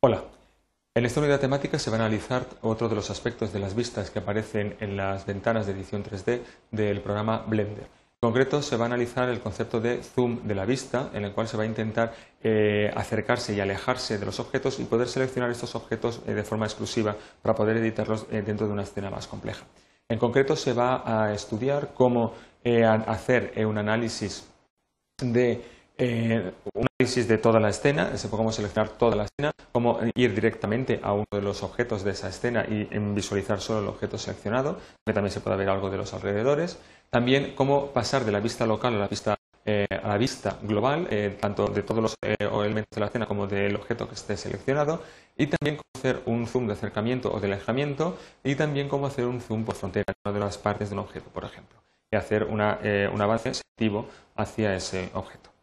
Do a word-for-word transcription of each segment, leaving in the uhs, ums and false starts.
Hola, en esta unidad temática se va a analizar otro de los aspectos de las vistas que aparecen en las ventanas de edición tres D del programa Blender. En concreto se va a analizar el concepto de zoom de la vista, en el cual se va a intentar eh, acercarse y alejarse de los objetos y poder seleccionar estos objetos eh, de forma exclusiva para poder editarlos eh, dentro de una escena más compleja. En concreto se va a estudiar cómo eh, hacer eh, un análisis de Eh, un análisis de toda la escena, se puede cómo seleccionar toda la escena, cómo ir directamente a uno de los objetos de esa escena y en visualizar solo el objeto seleccionado, que también se puede ver algo de los alrededores. También cómo pasar de la vista local a la vista, eh, a la vista global, eh, tanto de todos los eh, elementos de la escena como del objeto que esté seleccionado. Y también cómo hacer un zoom de acercamiento o de alejamiento y también cómo hacer un zoom por frontera en una de las partes de un objeto, por ejemplo, y hacer una, eh, un avance selectivo hacia ese objeto.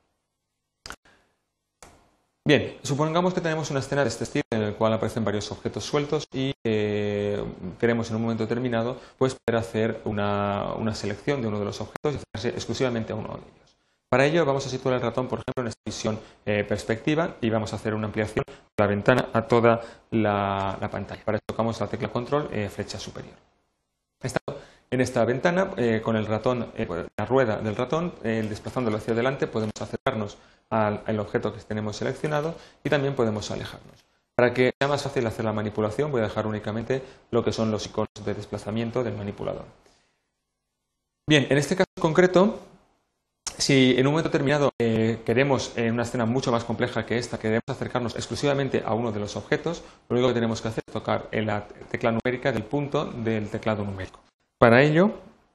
Bien, supongamos que tenemos una escena de este estilo en el cual aparecen varios objetos sueltos y eh, queremos en un momento determinado pues, poder hacer una, una selección de uno de los objetos y hacerse exclusivamente a uno de ellos. Para ello vamos a situar el ratón, por ejemplo, en esta visión eh, perspectiva y vamos a hacer una ampliación de la ventana a toda la, la pantalla. Para eso tocamos la tecla control, eh, flecha superior. Estando en esta ventana, eh, con el ratón, eh, la rueda del ratón, eh, desplazándolo hacia adelante, podemos acercarnos al, al objeto que tenemos seleccionado y también podemos alejarnos. Para que sea más fácil hacer la manipulación, voy a dejar únicamente lo que son los iconos de desplazamiento del manipulador. Bien, en este caso concreto, si en un momento determinado eh, queremos, en una escena mucho más compleja que esta, queremos acercarnos exclusivamente a uno de los objetos, lo único que tenemos que hacer es tocar en la tecla numérica del punto del teclado numérico. Para ello,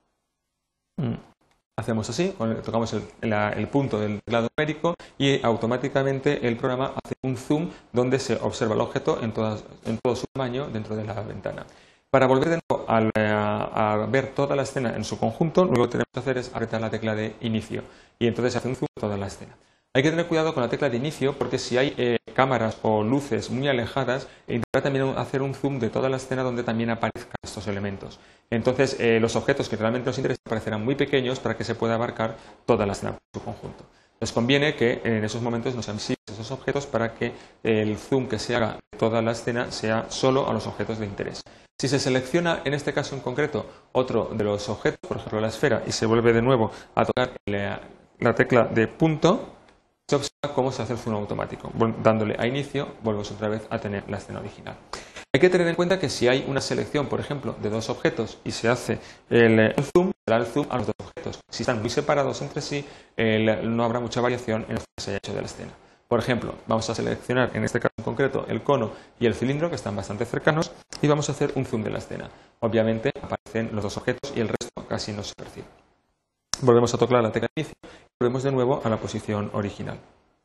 hacemos así, tocamos el, la, el punto del teclado numérico y automáticamente el programa hace un zoom donde se observa el objeto en, todas, en todo su tamaño dentro de la ventana. Para volver de nuevo a, a, a ver toda la escena en su conjunto, lo que tenemos que hacer es apretar la tecla de inicio y entonces hace un zoom de toda la escena. Hay que tener cuidado con la tecla de inicio porque si hay eh, cámaras o luces muy alejadas, intentar también hacer un zoom de toda la escena donde también aparezcan estos elementos. Entonces eh, los objetos que realmente nos interesan aparecerán muy pequeños para que se pueda abarcar toda la escena en su conjunto. Les conviene que en esos momentos no sean visibles esos objetos para que el zoom que se haga de toda la escena sea solo a los objetos de interés. Si se selecciona en este caso en concreto otro de los objetos, por ejemplo la esfera, y se vuelve de nuevo a tocar la, la tecla de punto, se observa cómo se hace el zoom automático. Dándole a inicio, volvemos otra vez a tener la escena original. Hay que tener en cuenta que si hay una selección, por ejemplo, de dos objetos y se hace el, el zoom, será el zoom a los dos objetos. Si están muy separados entre sí, el, no habrá mucha variación en lo que se haya hecho de la escena. Por ejemplo, vamos a seleccionar en este caso en concreto el cono y el cilindro, que están bastante cercanos, y vamos a hacer un zoom de la escena. Obviamente aparecen los dos objetos y el resto casi no se percibe. Volvemos a tocar la tecla de inicio y volvemos de nuevo a la posición original.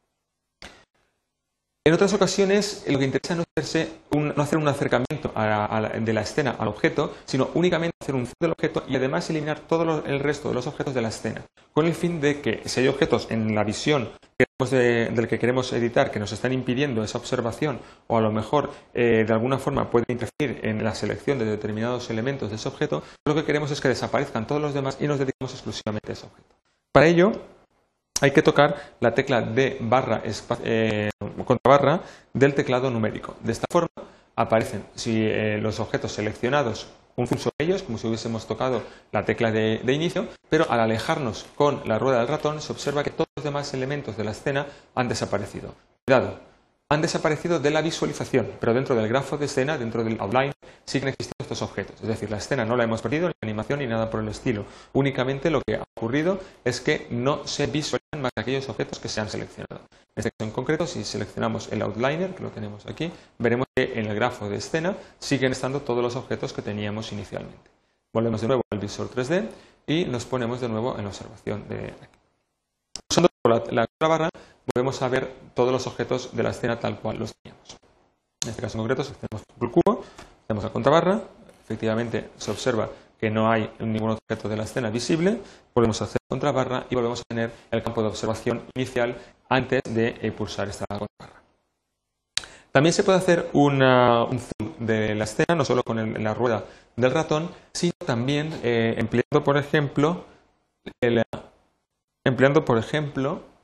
En otras ocasiones lo que interesa no, hacerse un, no hacer un acercamiento a, a la, de la escena al objeto, sino únicamente hacer un zoom del objeto y además eliminar todo lo, el resto de los objetos de la escena, con el fin de que si hay objetos en la visión de, del que queremos editar que nos están impidiendo esa observación o a lo mejor eh, de alguna forma pueden interferir en la selección de determinados elementos de ese objeto, lo que queremos es que desaparezcan todos los demás y nos dediquemos exclusivamente a ese objeto. Para ello hay que tocar la tecla de barra eh, contra barra del teclado numérico. De esta forma aparecen si eh, los objetos seleccionados un zoom sobre ellos, como si hubiésemos tocado la tecla de, de inicio, pero al alejarnos con la rueda del ratón se observa que todos los demás elementos de la escena han desaparecido. Cuidado, han desaparecido de la visualización, pero dentro del grafo de escena, dentro del outline, siguen existiendo estos objetos. Es decir, la escena no la hemos perdido, ni la animación, ni nada por el estilo. Únicamente lo que ha ocurrido es que no se visualizan más aquellos objetos que se han seleccionado. En este caso en concreto, si seleccionamos el outliner, que lo tenemos aquí, veremos que en el grafo de escena siguen estando todos los objetos que teníamos inicialmente. Volvemos de nuevo al visor tres D y nos ponemos de nuevo en la observación de aquí. Usando la, la barra, podemos ver todos los objetos de la escena tal cual los teníamos. En este caso en concreto, seleccionamos el cubo, hacemos la contrabarra, efectivamente se observa que no hay ningún objeto de la escena visible, volvemos a hacer contrabarra y volvemos a tener el campo de observación inicial antes de pulsar esta contrabarra. También se puede hacer una, un zoom de la escena, no solo con el, la rueda del ratón, sino también eh, empleando, por ejemplo, el, empleando, por ejemplo,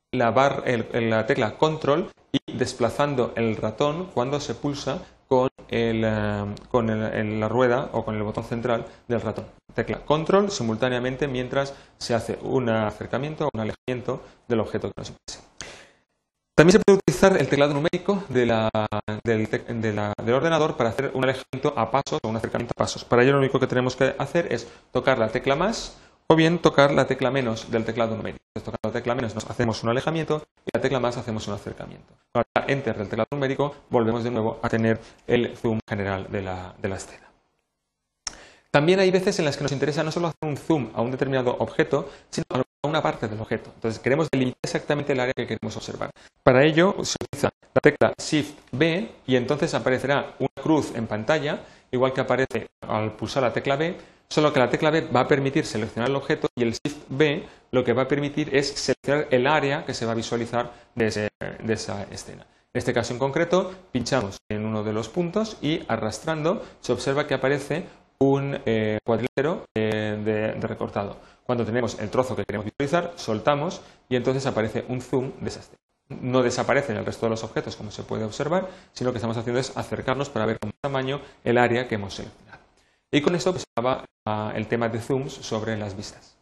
la, bar, el, la tecla control y desplazando el ratón cuando se pulsa con, el, uh, con el, el, la rueda o con el botón central del ratón. Tecla control simultáneamente mientras se hace un acercamiento o un alejamiento del objeto que nos interesa. También se puede utilizar el teclado numérico de la, del, de la, del ordenador para hacer un alejamiento a pasos o un acercamiento a pasos. Para ello lo único que tenemos que hacer es tocar la tecla más o bien tocar la tecla menos del teclado numérico. Entonces, tocando la tecla menos nos hacemos un alejamiento y la tecla más hacemos un acercamiento. Con la enter del teclado numérico volvemos de nuevo a tener el zoom general de la, de la escena. También hay veces en las que nos interesa no solo hacer un zoom a un determinado objeto, sino a una parte del objeto. Entonces queremos delimitar exactamente el área que queremos observar. Para ello se utiliza la tecla Shift B y entonces aparecerá una cruz en pantalla, igual que aparece al pulsar la tecla B, solo que la tecla B va a permitir seleccionar el objeto y el Shift B lo que va a permitir es seleccionar el área que se va a visualizar de, ese, de esa escena. En este caso en concreto, pinchamos en uno de los puntos y arrastrando se observa que aparece un eh, cuadrilátero eh, de, de recortado. Cuando tenemos el trozo que queremos visualizar, soltamos y entonces aparece un zoom de esa escena. No desaparecen el resto de los objetos como se puede observar, sino que estamos haciendo es acercarnos para ver con más tamaño el área que hemos seleccionado. Y con esto pues acaba uh, el tema de zooms sobre las vistas.